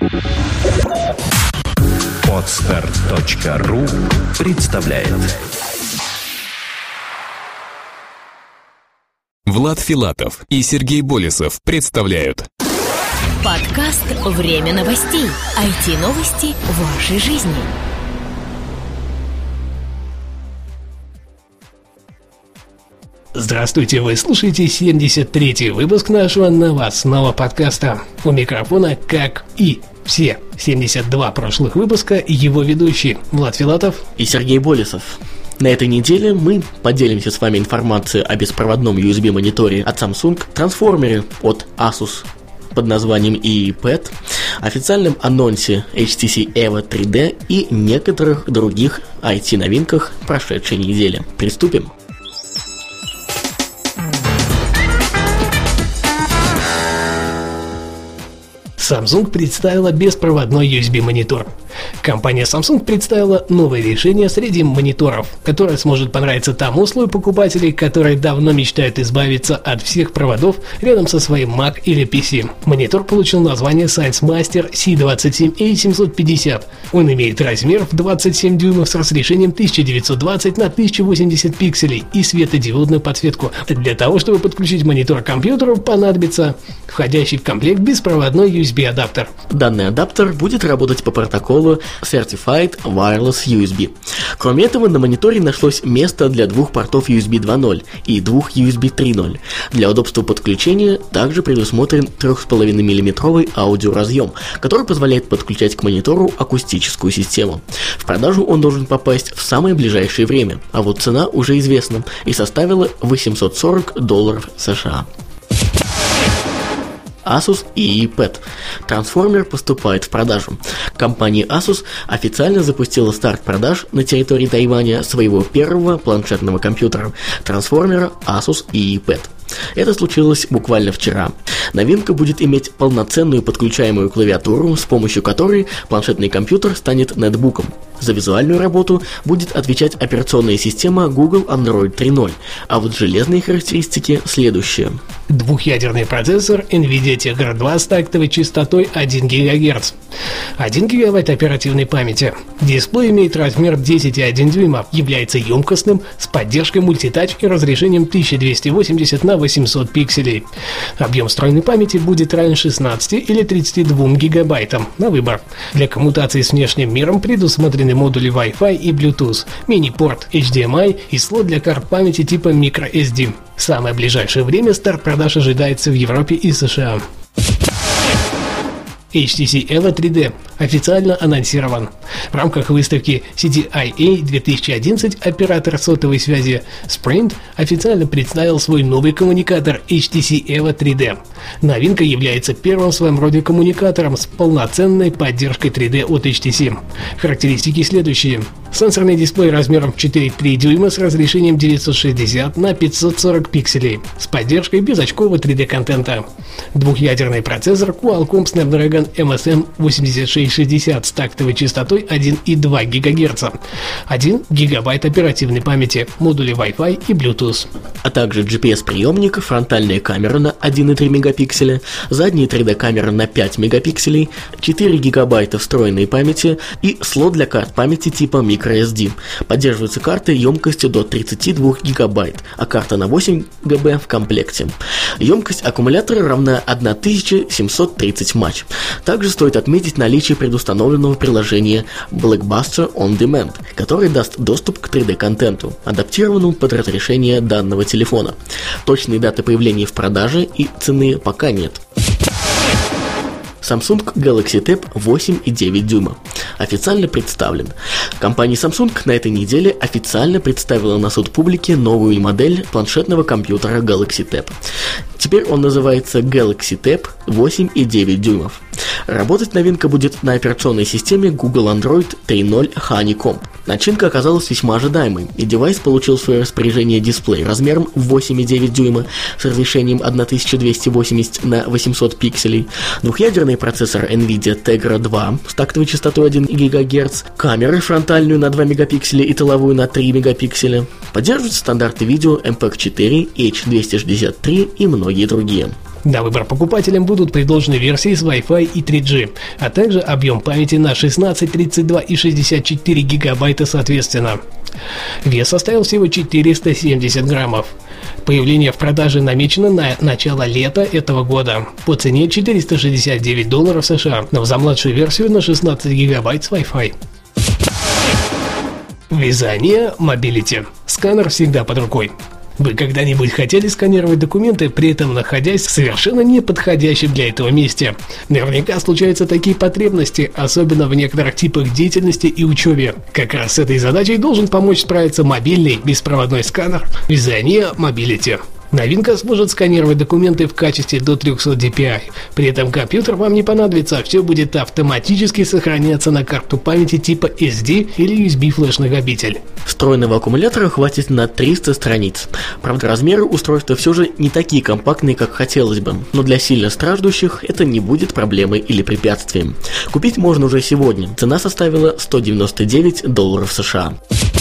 Podstart.ru представляет. Влад Филатов и Сергей Болесов представляют подкаст «Время новостей». IT-новости вашей жизни. Здравствуйте, вы слушаете 73-й выпуск нашего новостного подкаста. У микрофона, как и все 72 прошлых выпуска, его ведущие Влад Филатов и Сергей Болесов. На этой неделе мы поделимся с вами информацией о беспроводном USB-мониторе от Samsung, трансформере от Asus под названием EEPad, официальном анонсе HTC Evo 3D и некоторых других IT-новинках прошедшей недели. Приступим. Samsung представила беспроводной USB-монитор. Компания Samsung представила новое решение среди мониторов, которое сможет понравиться тому слою покупателей, которые давно мечтают избавиться от всех проводов рядом со своим Mac или PC. Монитор получил название ScienceMaster C27A750. Он имеет размер в 27 дюймов с разрешением 1920 на 1080 пикселей и светодиодную подсветку. Для того, чтобы подключить монитор к компьютеру, понадобится входящий в комплект беспроводной USB-адаптер. Данный адаптер будет работать по протоколу Certified Wireless USB. Кроме этого, на мониторе нашлось место для двух портов USB 2.0 и двух USB 3.0. Для удобства подключения также предусмотрен 3,5 мм аудиоразъем, который позволяет подключать к монитору акустическую систему. В продажу он должен попасть в самое ближайшее время, а вот цена уже известна и составила $840 США. Asus EEPad. Трансформер поступает в продажу. Компания Asus официально запустила старт продаж на территории Тайваня своего первого планшетного компьютера, трансформера Asus EEPad. Это случилось буквально вчера. Новинка будет иметь полноценную подключаемую клавиатуру, с помощью которой планшетный компьютер станет нетбуком. За визуальную работу будет отвечать операционная система Google Android 3.0, а вот железные характеристики следующие. Двухъядерный процессор NVIDIA Tegra 2 с тактовой частотой 1 ГГц. 1 ГБ оперативной памяти. Дисплей имеет размер 10,1 дюйма, является емкостным, с поддержкой мультитач и разрешением 1280 на 800 пикселей. Объем встроенной памяти будет равен 16 или 32 гигабайтам на выбор. Для коммутации с внешним миром предусмотрены модули Wi-Fi и Bluetooth, мини-порт HDMI и слот для карт памяти типа microSD. В самое ближайшее время старт продаж ожидается в Европе и США. HTC Evo 3D официально анонсирован. В рамках выставки CDIA 2011 оператор сотовой связи Sprint официально представил свой новый коммуникатор HTC Evo 3D. Новинка является первым в своем роде коммуникатором с полноценной поддержкой 3D от HTC. Характеристики следующие. Сенсорный дисплей размером в 4,3 дюйма с разрешением 960 на 540 пикселей с поддержкой безочкового 3D-контента. Двухъядерный процессор Qualcomm Snapdragon MSM 8660 с тактовой частотой 1,2 ГГц, 1 ГБ оперативной памяти, модули Wi-Fi и Bluetooth. А также GPS-приемник, фронтальная камера на 1,3 мегапикселя, задняя 3D-камера на 5 мегапикселей, 4 ГБ встроенной памяти и слот для карт памяти типа microSD. Поддерживаются карты емкостью до 32 ГБ, а карта на 8 ГБ в комплекте. Емкость аккумулятора равна 1730 мАч. Также стоит отметить наличие предустановленного приложения Blockbuster On Demand, который даст доступ к 3D-контенту, адаптированному под разрешение данного телефона. Точной даты появления в продаже и цены пока нет. Samsung Galaxy Tab 8,9 дюйма официально представлен. Компания Samsung на этой неделе официально представила на суд публики новую модель планшетного компьютера Galaxy Tab. Теперь он называется Galaxy Tab 8,9 дюймов. Работать новинка будет на операционной системе Google Android 3.0 Honeycomb. Начинка оказалась весьма ожидаемой, и девайс получил в свое распоряжение дисплей размером в 8,9 дюйма с разрешением 1280 на 800 пикселей, двухъядерный процессор NVIDIA Tegra 2 с тактовой частотой 1 ГГц, камеры фронтальную на 2 мегапикселя и тыловую на 3 мегапикселя, поддерживают стандарты видео MPEG-4, H263 и многие другие. На выбор покупателям будут предложены версии с Wi-Fi и 3G, а также объем памяти на 16, 32 и 64 гигабайта соответственно. Вес составил всего 470 граммов. Появление в продаже намечено на начало лета этого года по цене $469 США, но за младшую версию на 16 гигабайт с Wi-Fi. Вязание Mobility. Сканер всегда под рукой. Вы когда-нибудь хотели сканировать документы, при этом находясь в совершенно неподходящем для этого месте? Наверняка случаются такие потребности, особенно в некоторых типах деятельности и учебе. Как раз с этой задачей должен помочь справиться мобильный беспроводной сканер Вязание Mobility. Новинка сможет сканировать документы в качестве до 300 dpi. При этом компьютер вам не понадобится, все будет автоматически сохраняться на карту памяти типа SD или USB флеш-накопитель. Встроенного аккумулятора хватит на 300 страниц. Правда, размеры устройства все же не такие компактные, как хотелось бы, но для сильно страждущих это не будет проблемой или препятствием. Купить можно уже сегодня. Цена составила $199 США.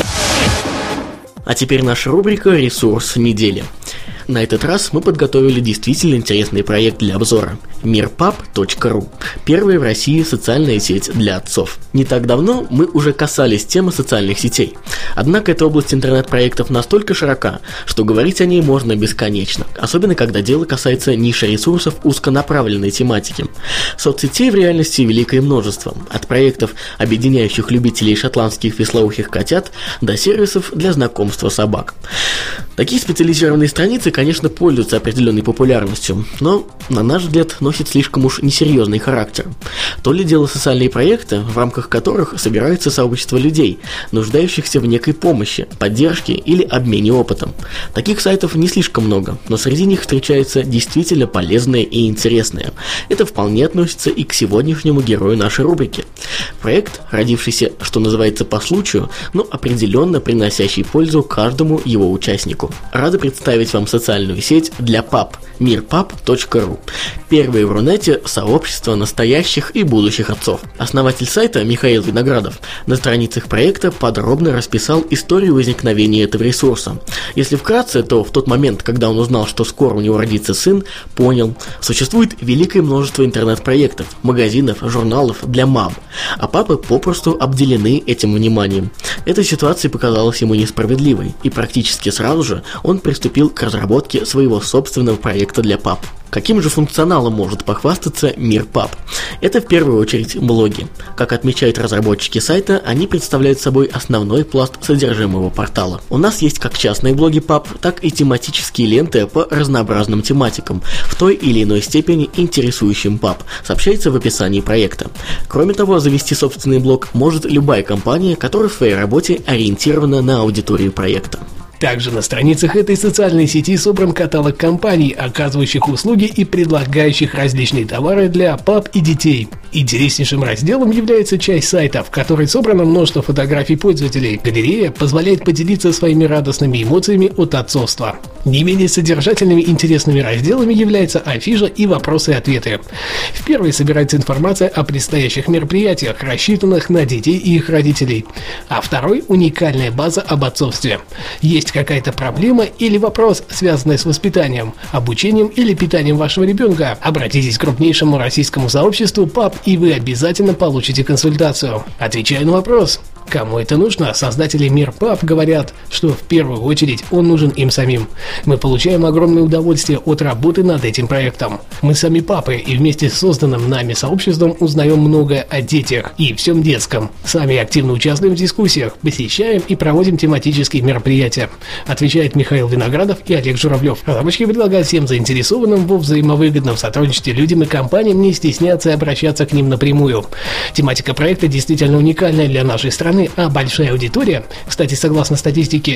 А теперь наша рубрика «Ресурс недели». На этот раз мы подготовили действительно интересный проект для обзора – mirpap.ru, первая в России социальная сеть для отцов. Не так давно мы уже касались темы социальных сетей, однако эта область интернет-проектов настолько широка, что говорить о ней можно бесконечно, особенно когда дело касается ниши ресурсов узконаправленной тематики. Соцсетей в реальности великое множество, от проектов, объединяющих любителей шотландских вислоухих котят, до сервисов для знакомства собак. Такие специализированные страницы, конечно, пользуются определенной популярностью, но, на наш взгляд, носят слишком уж несерьезный характер. То ли дело социальные проекты, в рамках которых собирается сообщество людей, нуждающихся в некой помощи, поддержке или обмене опытом. Таких сайтов не слишком много, но среди них встречаются действительно полезные и интересные. Это вполне относится и к сегодняшнему герою нашей рубрики. Проект, родившийся, что называется, по случаю, но определенно приносящий пользу каждому его участнику. Рады представить вам социальную сеть для пап – mirpap.ru. Первое в Рунете сообщество настоящих и будущих отцов. Основатель сайта Михаил Виноградов на страницах проекта подробно расписал историю возникновения этого ресурса. Если вкратце, то в тот момент, когда он узнал, что скоро у него родится сын, понял, существует великое множество интернет-проектов, магазинов, журналов для мам, а папы попросту обделены этим вниманием. Эта ситуация показалась ему несправедливой, и практически сразу же он приступил к разработке своего собственного проекта для пап. Каким же функционалом может похвастаться Mirpap? Это в первую очередь блоги. Как отмечают разработчики сайта, они представляют собой основной пласт содержимого портала. У нас есть как частные блоги пап, так и тематические ленты по разнообразным тематикам, в той или иной степени интересующим пап, сообщается в описании проекта. Кроме того, завести собственный блог может любая компания, которая в своей работе ориентирована на аудиторию проекта. Также на страницах этой социальной сети собран каталог компаний, оказывающих услуги и предлагающих различные товары для пап и детей. Интереснейшим разделом является часть сайта, в которой собрано множество фотографий пользователей. Галерея позволяет поделиться своими радостными эмоциями от отцовства. Не менее содержательными и интересными разделами являются афиша и вопросы и ответы. В первой собирается информация о предстоящих мероприятиях, рассчитанных на детей и их родителей, а второй – уникальная база об отцовстве. Есть какая-то проблема или вопрос, связанный с воспитанием, обучением или питанием вашего ребенка, обратитесь к крупнейшему российскому сообществу пап, и вы обязательно получите консультацию. Отвечая на вопрос, кому это нужно, создатели Mirpap говорят, что в первую очередь он нужен им самим. Мы получаем огромное удовольствие от работы над этим проектом. Мы сами папы, и вместе с созданным нами сообществом узнаем многое о детях и всем детском. Сами активно участвуем в дискуссиях, посещаем и проводим тематические мероприятия, отвечает Михаил Виноградов и Олег Журавлев. Разработчики предлагают всем заинтересованным во взаимовыгодном сотрудничестве людям и компаниям не стесняться и обращаться к ним напрямую. Тематика проекта действительно уникальная для нашей страны, а большая аудитория, кстати, согласно статистике,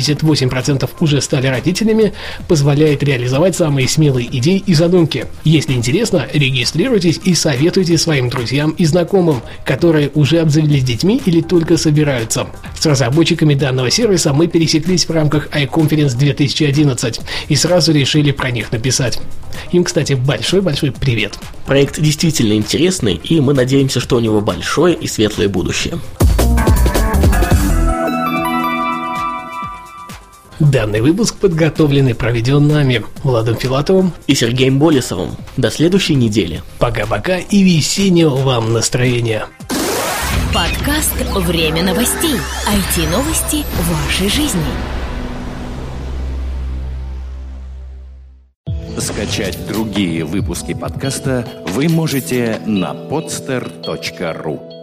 78% уже стали родителями, позволяет реализовать самые смелые идеи и задумки. Если интересно, регистрируйтесь и советуйте своим друзьям и знакомым, которые уже обзавелись детьми или только собираются. С разработчиками данного сервиса мы пересеклись в рамках iConference 2011 и сразу решили про них написать. Им, кстати, большой-большой привет. Проект действительно интересный, и мы надеемся, что у него большое и светлое будущее. Данный выпуск подготовлен и проведен нами, Владом Филатовым и Сергеем Болесовым. До следующей недели. Пока-пока и весеннего вам настроения. Подкаст «Время новостей». IT-новости вашей жизни. Скачать другие выпуски подкаста вы можете на podster.ru.